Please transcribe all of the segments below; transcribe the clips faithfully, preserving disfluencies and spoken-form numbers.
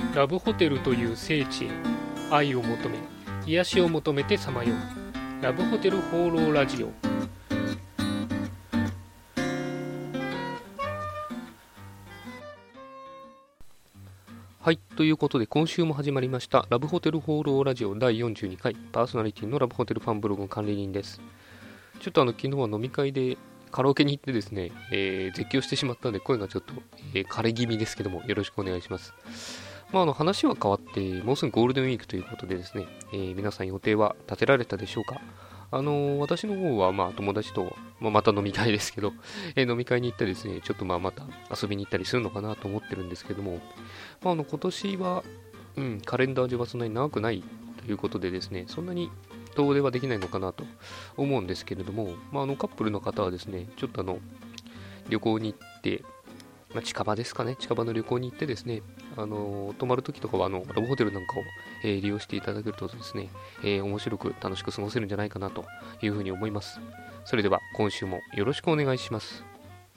ラブホテルという聖地へ愛を求め癒しを求めてさまようラブホテル放浪ラジオ。はい、ということで今週も始まりましたラブホテル放浪ラジオだいよんじゅうにかい、パーソナリティのラブホテルファンブログの管理人です。ちょっとあの昨日は飲み会でカラオケに行ってですね、えー、絶叫してしまったので声がちょっと、えー、枯れ気味ですけどもよろしくお願いします。まあ、あの話は変わってもうすぐゴールデンウィークということでですね、えー、皆さん予定は立てられたでしょうか。あのー、私の方はまあ友達と、まあ、また飲み会ですけど、えー、飲み会に行ってですねちょっとまあまた遊びに行ったりするのかなと思ってるんですけども、まあ、あの今年は、うん、カレンダー上はそんなに長くないということでですねそんなに遠出はできないのかなと思うんですけれども、まあ、あのカップルの方はですねちょっとあの旅行に行ってまあ、近場ですかね、近場の旅行に行ってですね、あのー泊まるときとかはあのラブホテルなんかを、えー利用していただけるとですね、えー面白く楽しく過ごせるんじゃないかなというふうに思います。それでは今週もよろしくお願いします。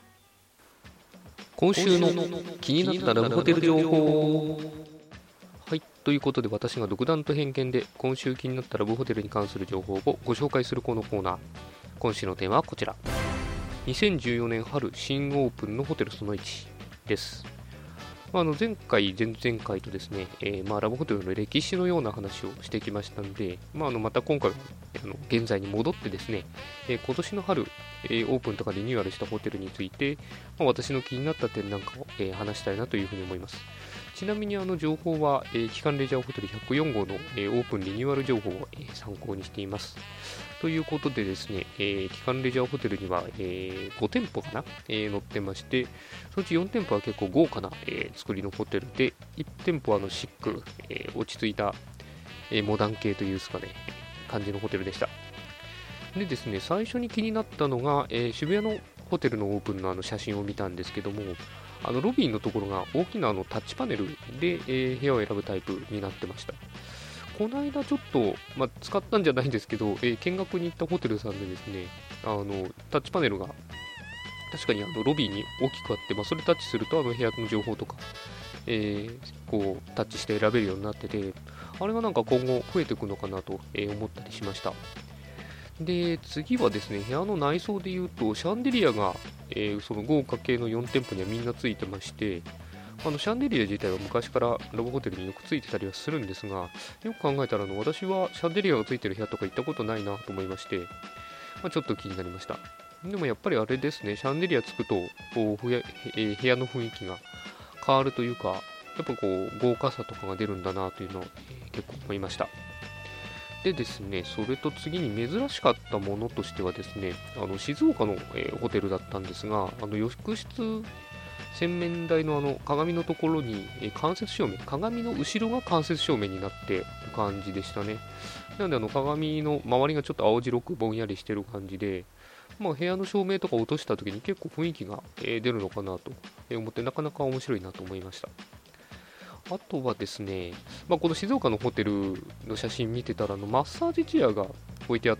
今週の気になったラブホテル情報。はい、ということで私が独断と偏見で今週気になったラブホテルに関する情報をご紹介するこのコーナー。今週のテーマはこちら。にせんじゅうよねん春新オープンのホテルそのいちです。まあ、あの前回、前々回とですね、えーまあ、ラブホテルの歴史のような話をしてきましたので、まあ、あのまた今回はあの現在に戻ってですね、えー今年の春、えーオープンとかリニューアルしたホテルについて、まあ、私の気になった点なんかを、えー話したいなというふうに思います。ちなみにあの情報は、えー、機関レジャーホテルひゃくよん号の、えーオープンリニューアル情報を、えー参考にしています。ということでですね、えー、機関レジャーホテルには、えーご店舗かな、えー載ってまして、そのうちよん店舗は結構豪華な、えー作りのホテルで、いち店舗はあのシック、えー落ち着いた、えーモダン系というですかね、感じのホテルでした。でですね、最初に気になったのが、えー渋谷のホテルのオープンのあの写真を見たんですけども、あのロビーのところが大きなあのタッチパネルで、えー部屋を選ぶタイプになってました。この間ちょっと、まあ、使ったんじゃないんですけど、えー見学に行ったホテルさんでですね、あのタッチパネルが確かにあのロビーに大きくあって、まあ、それタッチするとあの部屋の情報とか、えーこうタッチして選べるようになってて、あれがなんか今後増えていくのかなとえー思ったりしました。で、次はですね、部屋の内装で言うと、シャンデリアが、えーその豪華系のよん店舗にはみんなついてまして、あのシャンデリア自体は昔からラブホテルによくついてたりはするんですが、よく考えたらあの私はシャンデリアがついてる部屋とか行ったことないなと思いまして、まあ、ちょっと気になりました。でもやっぱりあれですね、シャンデリアつくとこう部屋、えー部屋の雰囲気が変わるというか、やっぱこう豪華さとかが出るんだなというのを、えー結構思いました。でですね、それと次に珍しかったものとしてはですね、あの静岡の、えーホテルだったんですが、あの浴室洗面台のあの鏡のところに、えー間接照明、鏡の後ろが間接照明になってる感じでしたね。なのであの鏡の周りがちょっと青白くぼんやりしてる感じで、まあ、部屋の照明とか落とした時に結構雰囲気が、えー出るのかなと思って、なかなか面白いなと思いました。あとはですね、まあ、この静岡のホテルの写真見てたらあのマッサージチェアが置いてあって、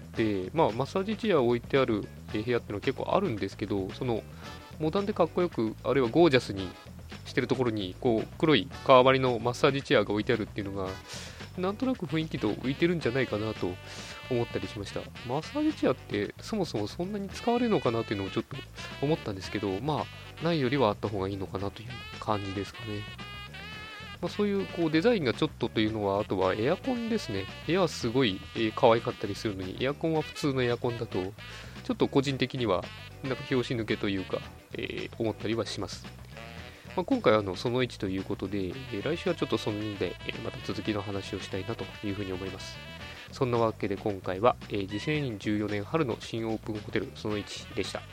まあ、マッサージチェア置いてあるえー部屋っていうのは結構あるんですけど、そのモダンでかっこよく、あるいはゴージャスにしてるところにこう黒い革張りのマッサージチェアが置いてあるっていうのがなんとなく雰囲気と浮いてるんじゃないかなと思ったりしました。マッサージチェアってそもそもそんなに使われるのかなっていうのをちょっと思ったんですけど、まあないよりはあった方がいいのかなという感じですかね。まあ、そういうこうデザインがちょっとというのは、あとはエアコンですね。部屋はすごい、えー可愛かったりするのに、エアコンは普通のエアコンだと、ちょっと個人的には、なんか拍子抜けというか、えー思ったりはします。まあ、今回はあのそのいちということで、えー来週はちょっとそのにで、えーまた続きの話をしたいなというふうに思います。そんなわけで今回は、えーにせんじゅうよねん春の新オープンホテルそのいちでした。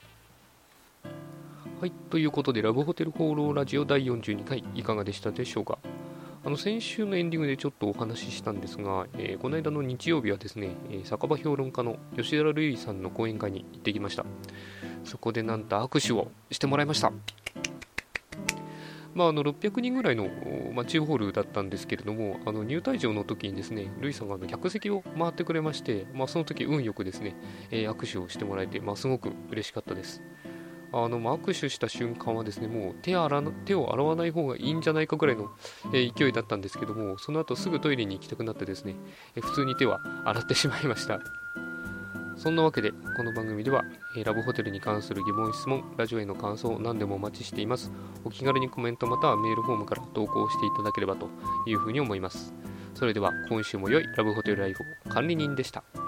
はい、ということでラブホテル放浪ラジオだいよんじゅうにかいいかがでしたでしょうか。あの先週のエンディングでちょっとお話ししたんですが、えーこの間の日曜日はですね、えー酒場評論家の吉田瑠衣さんの講演会に行ってきました。そこでなんと握手をしてもらいました。まあ、あのろっぴゃくにんぐらいの、まあ、チーホールだったんですけれども、あの入退場の時にですね、ルイさんがあの客席を回ってくれまして、まあ、その時運よくですね、えー握手をしてもらえて、まあ、すごく嬉しかったです。 あの握手した瞬間はですね、もう手洗な手を洗わない方がいいんじゃないかぐらいの、えー勢いだったんですけども、その後すぐトイレに行きたくなってですね、えー普通に手は洗ってしまいました。そんなわけでこの番組では、えーラブホテルに関する疑問質問、ラジオへの感想、何でもお待ちしています。お気軽にコメントまたはメールフォームから投稿していただければというふうに思います。それでは今週も良いラブホテルライフを。管理人でした。